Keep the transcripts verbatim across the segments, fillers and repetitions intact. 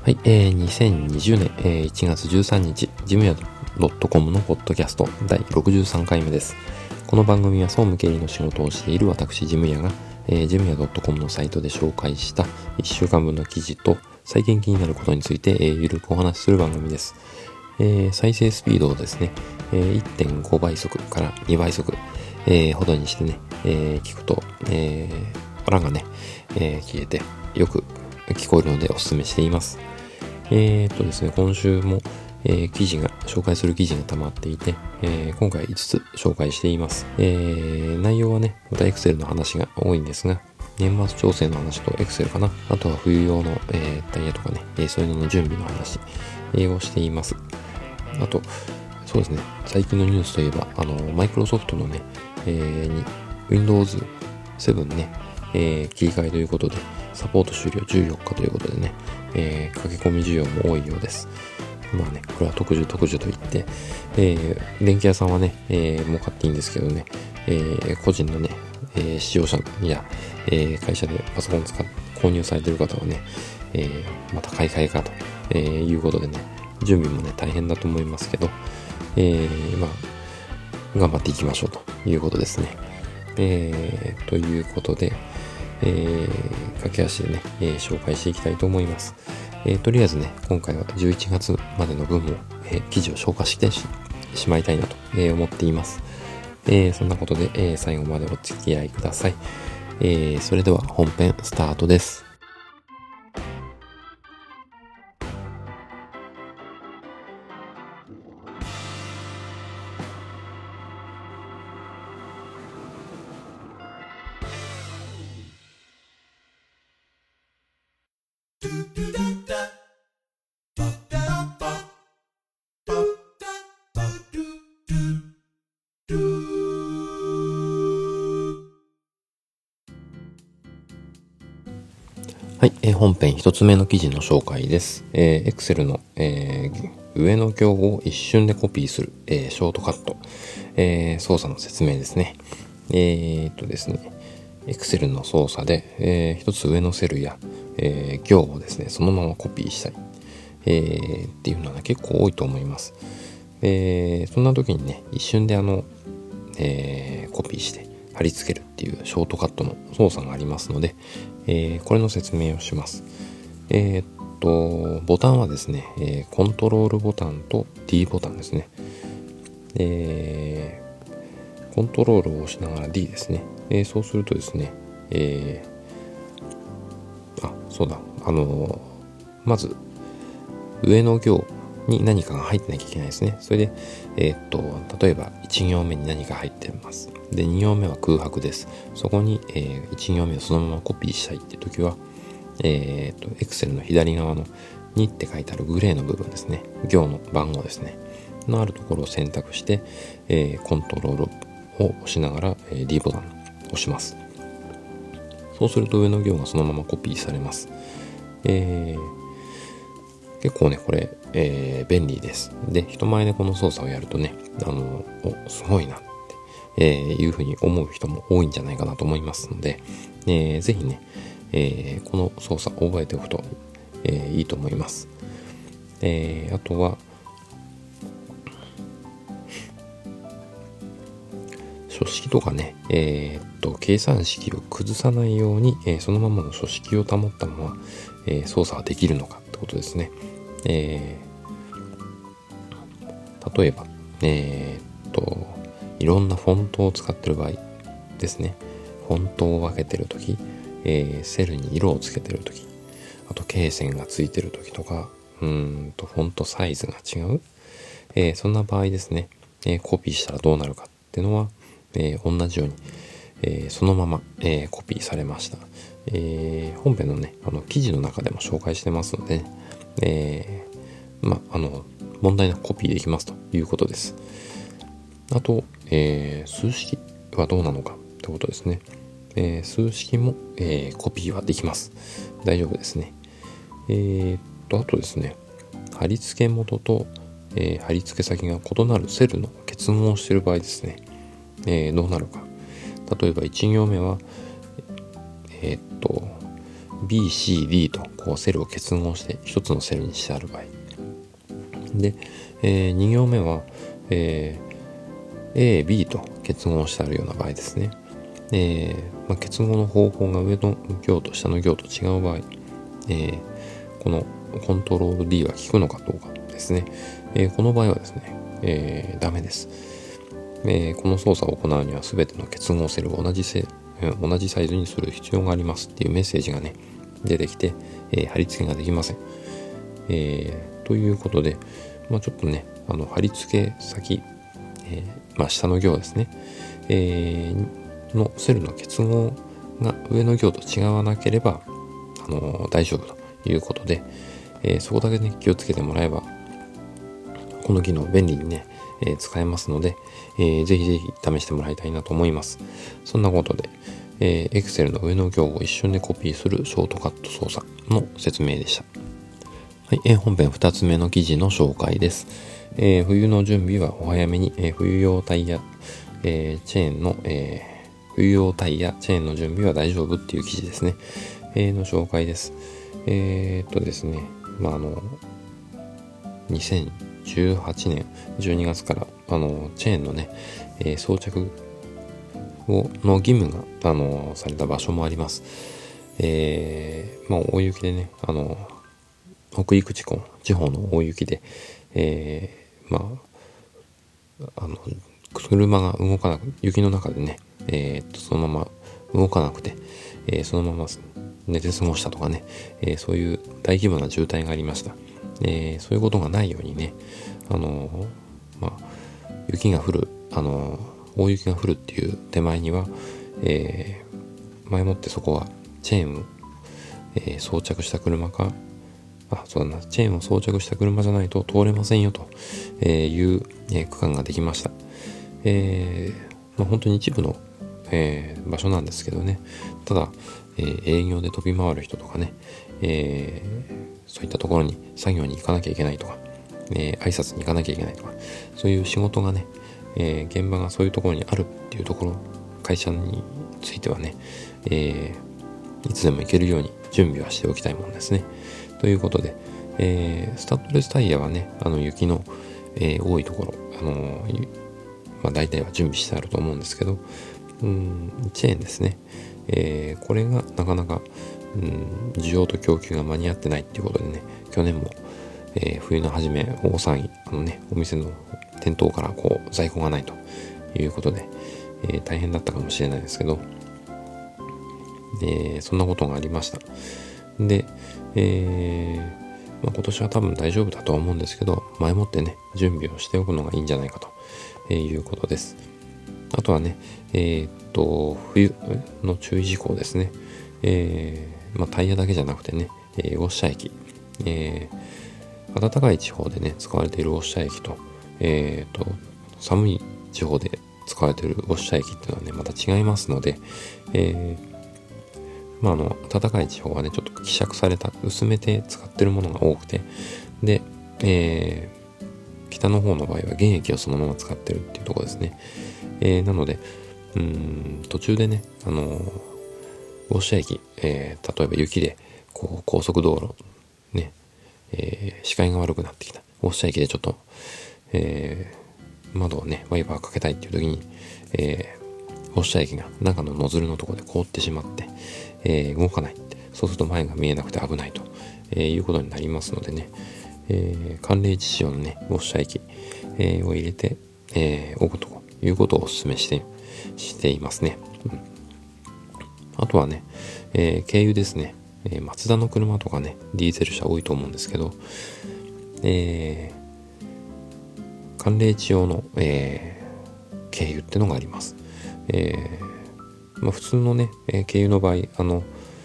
はい、えー、にせんにじゅうねん、えー、いちがつじゅうさんにち、ジムヤ .com のポッドキャストだいろくじゅうさんかいめです。この番組は総務経理の仕事をしている私ジムヤが、えー、ジムヤ .com のサイトで紹介したいっしゅうかんぶんの記事と最近気になることについて、えー、ゆるくお話しする番組です。えー、再生スピードをですね、えー、いってんごばい速からにばい速、えー、ほどにしてね、えー、聞くと、えー、腹がね、えー、消えてよく聞こえるのでお勧めしています。えー、っとですね、今週も、えー、記事が、紹介する記事が溜まっていて、えー、今回いつつ紹介しています。えー、内容はね、また Excel の話が多いんですが、年末調整の話と Excel かな。あとは冬用の、えー、タイヤとかね、えー、そういうのの準備の話、えー、をしています。あと、そうですね、最近のニュースといえば、あの、マイクロソフトのね、えー、に ウィンドウズセブン ね、えー、切り替えということで、サポート終了じゅうよっかということでね、えー、駆け込み需要も多いようです。まあね、これは特需特需といって、えー、電気屋さんはね、えー、儲かっていいんですけどね、えー、個人のね、えー、使用者や、えー、会社でパソコン使っ購入されている方はね、えー、また買い替えかと、えー、いうことでね、準備もね、大変だと思いますけど、えー、まあ、頑張っていきましょうということですね。えー、ということで、えー、駆け足でね、えー、紹介していきたいと思います。えー、とりあえずね、今回はじゅういちがつまでの分を、えー、記事を消化してしまいたいなと、えー、思っています。えー、そんなことで、えー、最後までお付き合いください。えー、それでは本編スタートです。はい、えー、本編一つ目の記事の紹介です。えー、Excel の、えー、上の行を一瞬でコピーする、えー、ショートカット、えー、操作の説明ですね。えー、っとですね、Excel の操作で、えー、一つ上のセルや、えー、行をですね、そのままコピーしたり、えー、っていうのは、ね、結構多いと思います。えー、そんな時にね、一瞬であの、えー、コピーして貼り付けるっていうショートカットの操作がありますので、えー、これの説明をします。えー、っと、ボタンはですね、えー、コントロールボタンと D ボタンですね。えー、コントロールを押しながら D ですね。えー、そうするとですね、えー、あ、そうだ、あのー、まず、上の行に何かが入ってなきゃいけないですね。それで、えー、っと、例えばいち行目に何か入ってます。で、に行目は空白です。そこに、えー、いち行目をそのままコピーしたいっていう時は、えー、っと、Excel の左側のにって書いてあるグレーの部分ですね。行の番号ですね。のあるところを選択して、えー、コントロールを押しながら、えー、D ボタンを押します。そうすると上の行がそのままコピーされます。えー、結構ね、これ、えー、便利です。で、人前でこの操作をやるとね、あの、お、すごいなって、えー、いうふうに思う人も多いんじゃないかなと思いますので、えー、ぜひね、えー、この操作を覚えておくと、えー、いいと思います。えー、あとは、書式とかね、えー、っと、計算式を崩さないように、えー、そのままの書式を保ったまま、えー、操作ができるのかってことですね。えー、例えば、えー、っと、いろんなフォントを使ってる場合ですね。フォントを分けてるとき、えー、セルに色をつけてるとき、あと罫線がついてるときとか、うーんとフォントサイズが違う、えー、そんな場合ですね、えー、コピーしたらどうなるかっていうのは、えー、同じように、えー、そのまま、えー、コピーされました。えー、本編のね、あの記事の中でも紹介してますので、ね、えー、まあの問題なくコピーできますということです。あと、えー、数式はどうなのかってことですね。えー、数式も、えー、コピーはできます。大丈夫ですね。えー、っと、あとですね、貼り付け元と、えー、貼り付け先が異なるセルの結合をしている場合ですね、えー、どうなるか。例えばいち行目は、えー、っと、 B、C、D とこうセルを結合して一つのセルにしてある場合で、えー、に行目は、えー、A、B と結合してあるような場合ですね。えーまあ、結合の方法が上の行と下の行と違う場合、えー、このコントロール D は効くのかどうかですね。えー、この場合はですね、えー、ダメです。えー、この操作を行うには全ての結合セルを同じせ同じサイズにする必要がありますっていうメッセージがね出てきて、えー、貼り付けができません。えー、ということで、まあ、ちょっとねあの貼り付け先、えーまあ、下の行ですね、えー、のセルの結合が上の行と違わなければ、あのー、大丈夫ということで、えー、そこだけね気をつけてもらえばこの機能便利にね、えー、使えますので、えー、ぜひぜひ試してもらいたいなと思います。そんなことで、えー、Excel の上の行を一瞬でコピーするショートカット操作の説明でした。はい、えー、本編ふたつめの記事の紹介です。えー、冬の準備はお早めに、えー、冬用タイヤ、えー、チェーンの、えー、冬用タイヤ、チェーンの準備は大丈夫っていう記事ですね。えー、の紹介です。えー、っとですね、まあ、あの、にせんじゅうはちねんじゅうにがつからあのチェーンのね、えー、装着をの義務があのされた場所もあります。えー、まあ大雪でね、あの北陸地方地方の大雪で、えー、まああの車が動かなく雪の中でね、えー、っとそのまま動かなくて、えー、そのまま寝て過ごしたとかね、えー、そういう大規模な渋滞がありました。えー、そういうことがないようにね、あのー、まあ、雪が降る、あのー、大雪が降るっていう手前には、えー、前もってそこはチェーンを、えー、装着した車か、あ、そうだな、チェーンを装着した車じゃないと通れませんよという、えー、区間ができました。えー、まあ、本当に一部の、えー、場所なんですけどね、ただ、えー、営業で飛び回る人とかね、えーそういったところに作業に行かなきゃいけないとか、えー、挨拶に行かなきゃいけないとか、そういう仕事がね、えー、現場がそういうところにあるっていうところ、会社についてはね、えー、いつでも行けるように準備はしておきたいものですね。ということで、えー、スタッドレスタイヤはね、あの雪の、えー、多いところ、あのー、まあ大体は準備してあると思うんですけど、うん、チェーンですね。えー、これがなかなかうん、需要と供給が間に合ってないっていうことでね、去年も、えー、冬の初め大騒ぎ、あのね、お店の店頭からこう在庫がないということで、えー、大変だったかもしれないですけど、えー、そんなことがありました。で、えーまあ、今年は多分大丈夫だとは思うんですけど、前もってね、準備をしておくのがいいんじゃないかということです。あとはね、えー、っと、冬の注意事項ですね。えーまあ、タイヤだけじゃなくてね、えー、ウォッシャー液、えー、暖かい地方でね使われているウォッシャー液と、えー、と寒い地方で使われているウォッシャー液っていうのはねまた違いますので、えー、まああの暖かい地方はねちょっと希釈された薄めて使ってるものが多くて、で、えー、北の方の場合は原液をそのまま使ってるっていうところですね。えー、なのでうーん途中でねあのーウォッシャー液、えー、例えば雪でこう高速道路ね、えー、視界が悪くなってきたウォッシャー液でちょっと、えー、窓をねワイパーかけたいっていう時に、えー、ウォッシャー液が中のノズルのところで凍ってしまって、えー、動かない。そうすると前が見えなくて危ないと、えー、いうことになりますのでね、えー、寒冷地仕様のねウォッシャー液、えー、を入れて、えー、置くということをお勧めしてしていますね。うんあとはね、えー、軽油ですね、えー、マツダの車とかね、ディーゼル車多いと思うんですけど、えー、寒冷地用の、えー、軽油ってのがあります。えーまあ、普通のね、えー、軽油の場合、あの、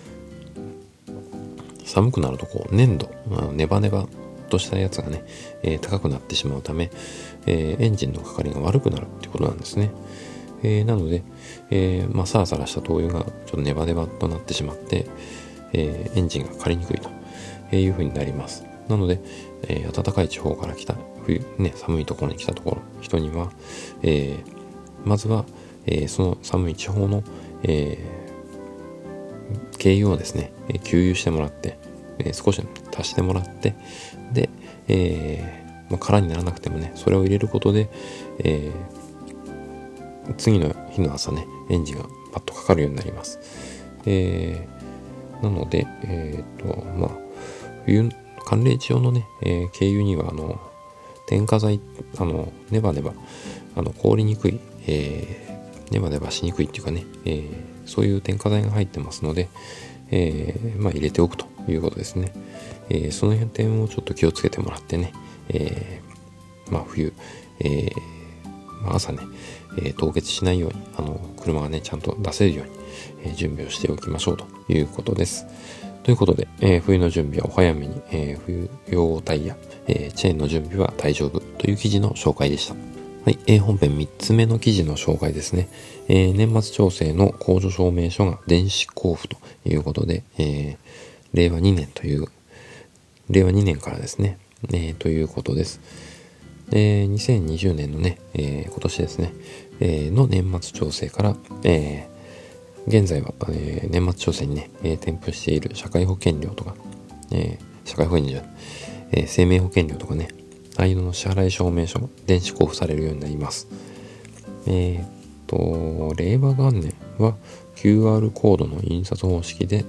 寒くなるとこう粘土、まあ、ネバネバとしたやつがね、えー、高くなってしまうため、えー、エンジンのかかりが悪くなるっていうことなんですね。えー、なので、えーまあ、サラサラした灯油がちょっとネバネバとなってしまって、えー、エンジンがかかりにくいというふうになります。なので、えー、暖かい地方から来た冬、ね、寒いところに来たところ人には、えー、まずは、えー、その寒い地方の、えー、 軽油をですね、えー、給油してもらって、えー、少し足してもらって、で、えーまあ、空にならなくてもね、それを入れることで、えー、次の日の朝ね、エンジンがパッとかかるようになります。えー、なので、えっと、まあ、冬、寒冷地用のね、えー、軽油には、あの、添加剤、あの、ネバネバ、あの、凍りにくい、えー、ネバネバしにくいっていうかね、えー、そういう添加剤が入ってますので、えー、まあ入れておくということですね。えー、その辺点をちょっと気をつけてもらってね、えー、まあ冬、えーまあ、朝ね、えー、凍結しないように、あの、車がね、ちゃんと出せるように、えー、準備をしておきましょうということです。ということで、えー、冬の準備はお早めに、えー、冬用タイヤ、えー、チェーンの準備は大丈夫という記事の紹介でした。はい、えー、本編みっつめの記事の紹介ですね。えー、年末調整の控除証明書が電子交付ということで、えー、れいわにねんという、れいわにねんからですね、えー、ということです。えー、にせんにじゅうねんのね、えー、今年ですね、えー、の年末調整から、えー、現在は、えー、年末調整にね、えー、添付している社会保険料とか、えー、社会保険料じゃない、えー、生命保険料とかね、ああいうのの支払い証明書が電子交付されるようになります。えー、っと、令和元年は キューアール コードの印刷方式で、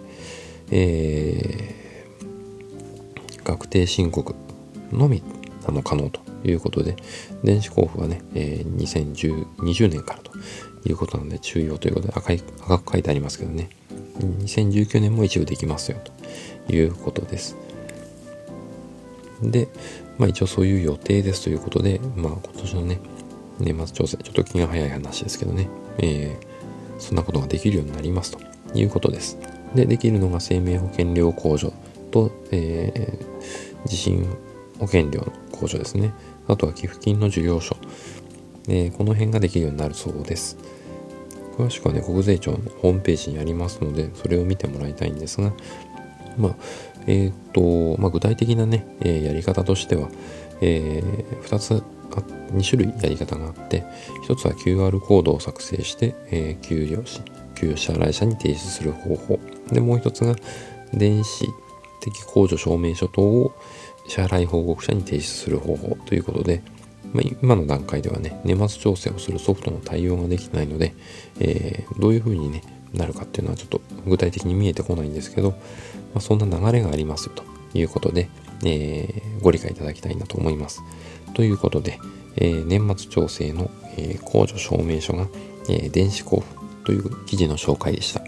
えー、確定申告のみあの可能ということで、電子交付はね、えー、にせんにじゅうねんからということなので注意をということで赤い赤く書いてありますけどね、にせんじゅうきゅうねんも一部できますよということです。で、まあ一応そういう予定ですということで、まあ今年のね、年末調整、ちょっと気が早い話ですけどね、えー、そんなことができるようになりますということです。で、できるのが生命保険料控除と、えー、地震保険料の控除ですね。あとは寄付金の受領書、えー、この辺ができるようになるそうです。詳しくはね、国税庁のホームページにありますので、それを見てもらいたいんですが、まあ、えっ、ー、と、まあ、具体的なね、えー、やり方としては、えー、ふたつ、に種類やり方があって、ひとつは キューアール コードを作成して、えー、給料支、給与支払い者に提出する方法。で、もうひとつが電子的控除証明書等を支払い報告者に提出する方法ということで、まあ、今の段階ではね、年末調整をするソフトの対応ができてないので、えー、どういうふうに、ね、なるかっていうのはちょっと具体的に見えてこないんですけど、まあ、そんな流れがありますよということで、えー、ご理解いただきたいなと思います。ということで、えー、年末調整の、えー、控除証明書が、えー、電子交付という記事の紹介でした。はい、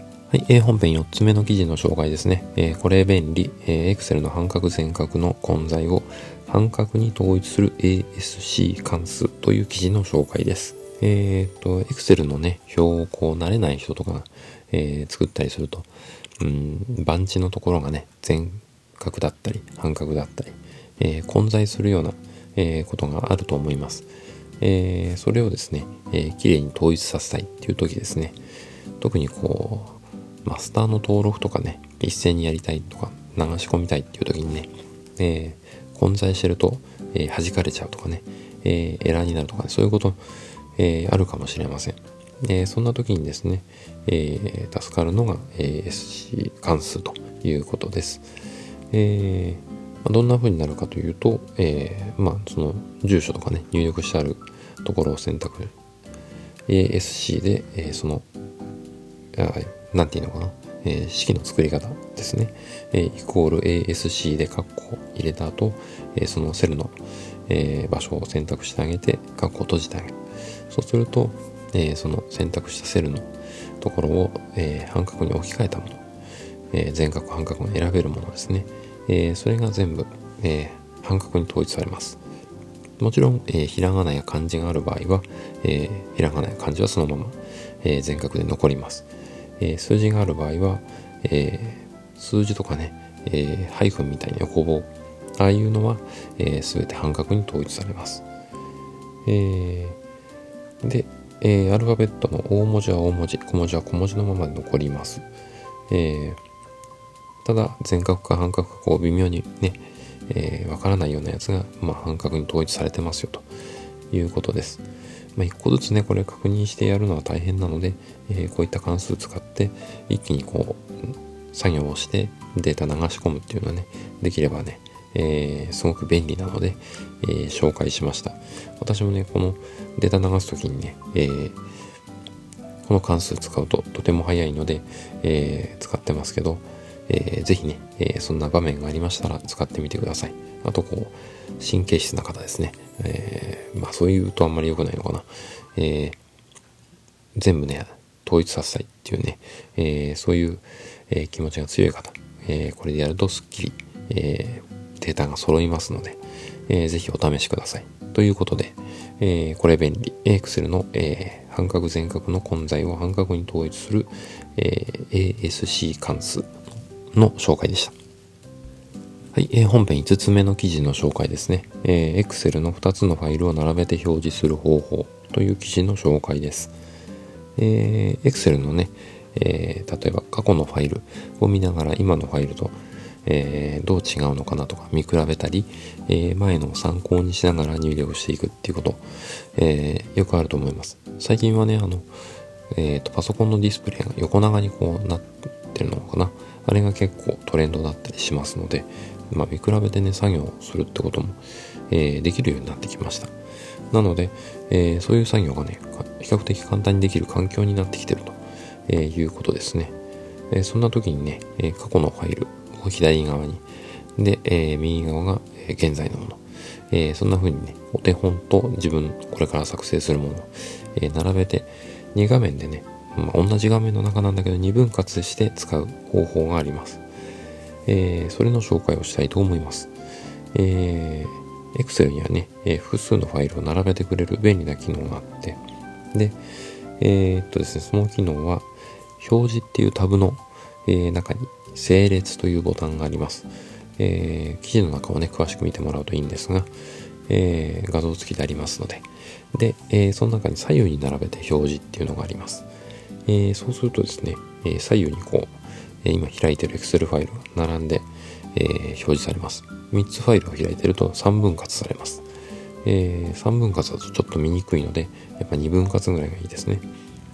えー、本編よっつめの記事の紹介ですね。えー、これ便利、えー、Excel の半角全角の混在を半角に統一する エーエスシー 関数という記事の紹介です。えっ、ー、と、Excel のね、表をこう慣れない人とかが、えー、作ったりすると、うん、番地のところがね、全角だったり、半角だったり、えー、混在するような、えー、ことがあると思います。えー、それをですね、えー、きれいに統一させたいっていう時ですね、特にこう、マスターの登録とかね、一斉にやりたいとか、流し込みたいっていう時にね、えー、混在してると、えー、弾かれちゃうとかね、えー、エラーになるとかね、そういうこと、えー、あるかもしれません。えー、そんな時にですね、えー、助かるのが エーエスシー 関数ということです。えー、どんな風になるかというと、えー、まあその住所とかね入力してあるところを選択 エーエスシー で、えー、そのなんていうのかな、えー、式の作り方ですね、えー、イコール エーエスシー でカッコを入れた後、えー、そのセルの、えー、場所を選択してあげてカッコを閉じてあげる。そうすると、えー、その選択したセルのところを、えー、半角に置き換えたもの、えー、全角半角が選べるものですね、えー、それが全部、えー、半角に統一されます。もちろん、えー、ひらがなや漢字がある場合は、えー、ひらがなや漢字はそのまま、えー、全角で残ります。えー、数字がある場合は、えー、数字とかね、えー、ハイフンみたいな横棒、ああいうのは、えー、全て半角に統一されます。えー、で、えー、アルファベットの大文字は大文字、小文字は小文字のままで残ります。えー、ただ全角か半角かこう微妙にね、えー、わからないようなやつが、まあ、半角に統一されてますよということです。 まあ、一個ずつねこれ確認してやるのは大変なので、えー、こういった関数使って一気にこう作業をしてデータ流し込むっていうのはねできればね、えー、すごく便利なので、えー、紹介しました。私もねこのデータ流すときにね、えー、この関数使うととても早いので、えー、使ってますけど、えー、ぜひね、えー、そんな場面がありましたら使ってみてください。あとこう神経質な方ですね、えー、まあそういうとあんまり良くないのかな、えー、全部ね統一させたいっていうね、えー、そういう、えー、気持ちが強い方、えー、これでやるとスッキリ、えー、データが揃いますので、えー、ぜひお試しください。ということで、えー、これ便利 Excel の、えー、半角全角の混在を半角に統一する、えー、エーエスシー 関数の紹介でした。はい、えー、本編いつつめの記事の紹介ですね。えー、Excel のふたつのファイルを並べて表示する方法という記事の紹介です。えー、Excel のね、えー、例えば過去のファイルを見ながら今のファイルと、えー、どう違うのかなとか見比べたり、えー、前のを参考にしながら入力していくっていうこと、えー、よくあると思います。最近はね、あの、えーと、パソコンのディスプレイが横長にこうなってるのかな。あれが結構トレンドだったりしますので、まあ、見比べてね、作業をするってことも、えー、できるようになってきました。なので、えー、そういう作業がね、比較的簡単にできる環境になってきてると、えー、いうことですね。えー、そんな時にね、えー、過去のファイルを左側に、で、えー、右側が現在のもの、えー、そんな風にね、お手本と自分これから作成するものを、えー、並べてに画面でね、まあ、同じ画面の中なんだけどに分割して使う方法があります。えー、それの紹介をしたいと思います。えー、Excel にはね、えー、複数のファイルを並べてくれる便利な機能があって、で、えー、っとですね、その機能は表示っていうタブの、えー、中に整列というボタンがあります。えー、記事の中をね、詳しく見てもらうといいんですが、えー、画像付きでありますので、で、えー、その中に左右に並べて表示っていうのがあります。えー、そうするとですね、えー、左右にこう、えー、今開いてる Excel ファイルが並んで、えー、表示されます。みっつファイルを開いてるとさん分割されます。えー、さん分割だとちょっと見にくいので、やっぱに分割ぐらいがいいですね。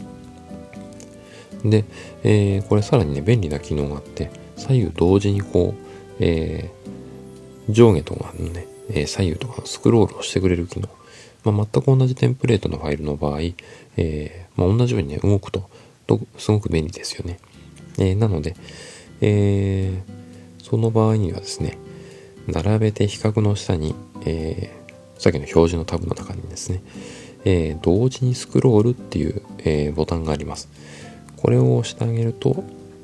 で、えー、これさらにね、便利な機能があって、左右同時にこう、えー、上下とかのね、えー、左右とかスクロールをしてくれる機能。まあ、全く同じテンプレートのファイルの場合、えーまあ、同じようにね、動くと、とすごく便利ですよね。えー、なので、えー、その場合にはですね、並べて比較の下に、えー、さっきの表示のタブの中にですね、えー、同時にスクロールっていう、えー、ボタンがあります。これを押してあげると、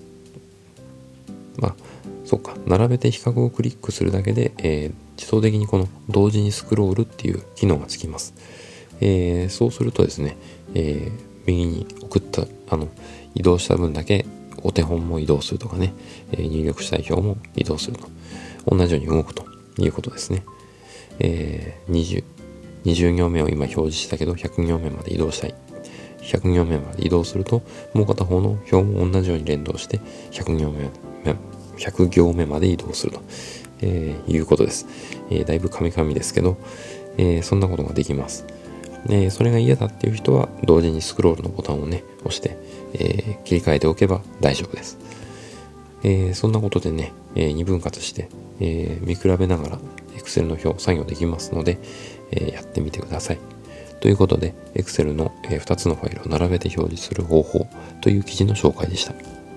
まあ、そうか、並べて比較をクリックするだけで、えー、自動的にこの同時にスクロールっていう機能がつきます。えー、そうするとですね、えー、右に送った、あの、移動した分だけお手本も移動するとかね、えー、入力したい表も移動すると。同じように動くということですね。えー、20、にじゅう行目を今表示したけど、ひゃく行目まで移動したい。ひゃく行目まで移動すると、もう片方の表も同じように連動して、ひゃく行目、ひゃく行目まで移動すると、えー、いうことです。えー、だいぶカミカミですけど、えー、そんなことができます。えー、それが嫌だっていう人は、同時にスクロールのボタンをね、押して、えー、切り替えておけば大丈夫です。えー、そんなことでね、えー、に分割して、えー、見比べながら Excel の表作業できますので、えー、やってみてください。ということで Excel の、えー、ふたつのファイルを並べて表示する方法という記事の紹介でした。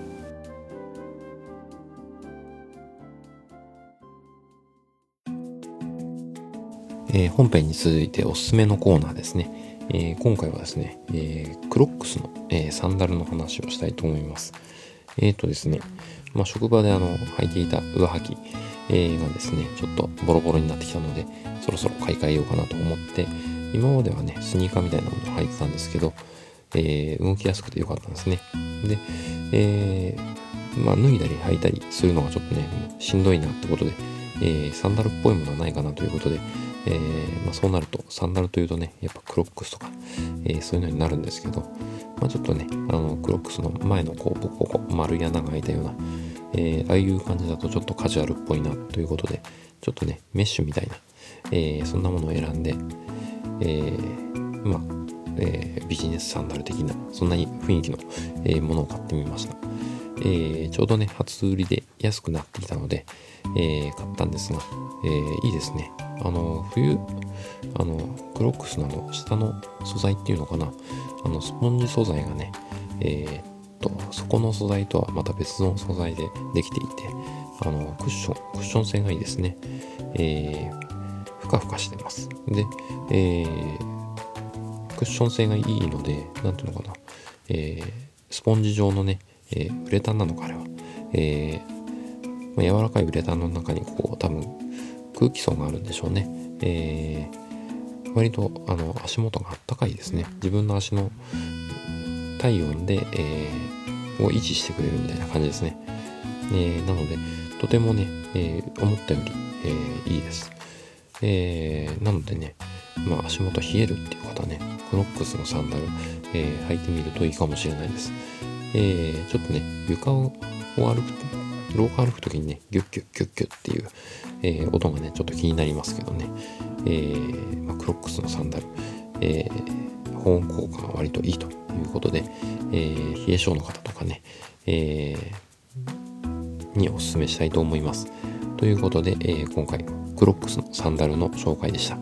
えー、本編に続いておすすめのコーナーですね。えー、今回はですね、えー、クロックスの、えー、サンダルの話をしたいと思います。えーとですね、まあ、職場であの履いていた上履き、えー、がですね、ちょっとボロボロになってきたので、そろそろ買い替えようかなと思って、今まではね、スニーカーみたいなものを履いてたんですけど、えー、動きやすくてよかったんですね。で、えー、まあ、脱いだり履いたりするのがちょっとね、しんどいなってことで、えー、サンダルっぽいものはないかなということで、えーまあ、そうなると、サンダルというとね、やっぱクロックスとか、えー、そういうのになるんですけど、まあ、ちょっとね、あの、クロックスの前のこう、ポコポコ丸い穴が開いたような、えー、ああいう感じだとちょっとカジュアルっぽいなということで、ちょっとね、メッシュみたいな、えー、そんなものを選んで、えー、まあ、 えー、ビジネスサンダル的な、そんなに雰囲気の、えー、ものを買ってみました。えー、ちょうどね、初売りで安くなっていたので、えー、買ったんですが、えー、いいですね。あの、冬、あの、クロックスのあの、下の素材っていうのかな、あの、スポンジ素材がね、えー、っと、そこの素材とはまた別の素材でできていて、あの、クッション、クッション性がいいですね。えー、ふかふかしてます。で、えー、クッション性がいいので、なんていうのかな、えー、スポンジ状のね、えー、ウレタンなのかあれは、えーまあ、柔らかいウレタンの中にこう多分空気層があるんでしょうね。えー、割とあの足元があったかいですね。自分の足の体温で、えー、を維持してくれるみたいな感じですね。えー、なのでとてもね、えー、思ったより、えー、いいです。えー、なのでね、まあ、足元冷えるっていう方ね、クロックスのサンダル、えー、履いてみるといいかもしれないです。えー、ちょっとね、床を歩く、廊下歩くときにね、ギュッギュッギュッギュッっていう、えー、音がね、ちょっと気になりますけどね、えーまあ、クロックスのサンダル、えー、保温効果が割といいということで、えー、冷え性の方とかね、えー、にお勧めしたいと思います。ということで、えー、今回、クロックスのサンダルの紹介でした。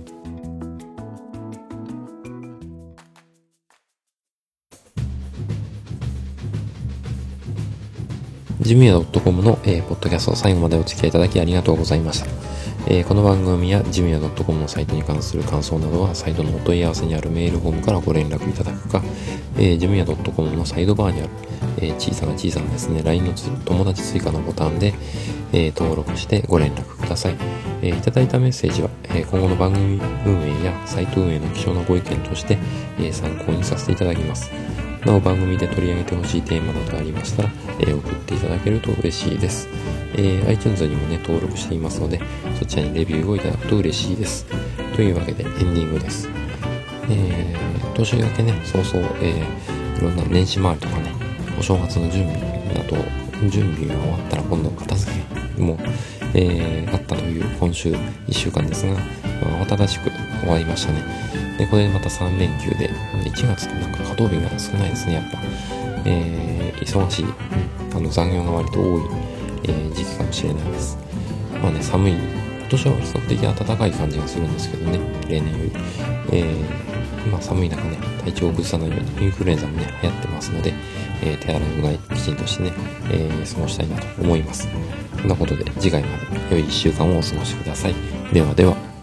ジムヤ .com の、えー、ポッドキャスト最後までお付き合いいただきありがとうございました。えー、この番組やジムヤ .com のサイトに関する感想などはサイトのお問い合わせにあるメールフォームからご連絡いただくか、えー、ジムヤ .com のサイドバーにある、えー、小さな小さなですね ライン の友達追加のボタンで、えー、登録してご連絡ください。えー、いただいたメッセージは、えー、今後の番組運営やサイト運営の貴重なご意見として、えー、参考にさせていただきます。なお番組で取り上げてほしいテーマなどありましたら、えー、送っていただけると嬉しいです。えー、iTunes にもね登録していますので、そちらにレビューをいただくと嬉しいです。というわけでエンディングです。えー、年明けね早々、えー、いろんな年始回りとかね、お正月の準備だと準備が終わったら今度片付けも、えー、あったという今週いっしゅうかんですが、まあ、慌ただしく終わりましたね。でこれでまたさん連休でいちがつってなんか稼働日が少ないですねやっぱ、えー、忙しい、うん、あの残業が割と多い、えー、時期かもしれないです。まあね、寒い、今年は比較的暖かい感じがするんですけどね、例年より、えー、まあ寒い中ね体調を崩さないようにインフルエンザもね流行ってますので、えー、手洗いうがいきちんとしてね、えー、過ごしたいなと思います。そんなことで次回まで良いいっしゅうかんをお過ごしください。ではでは。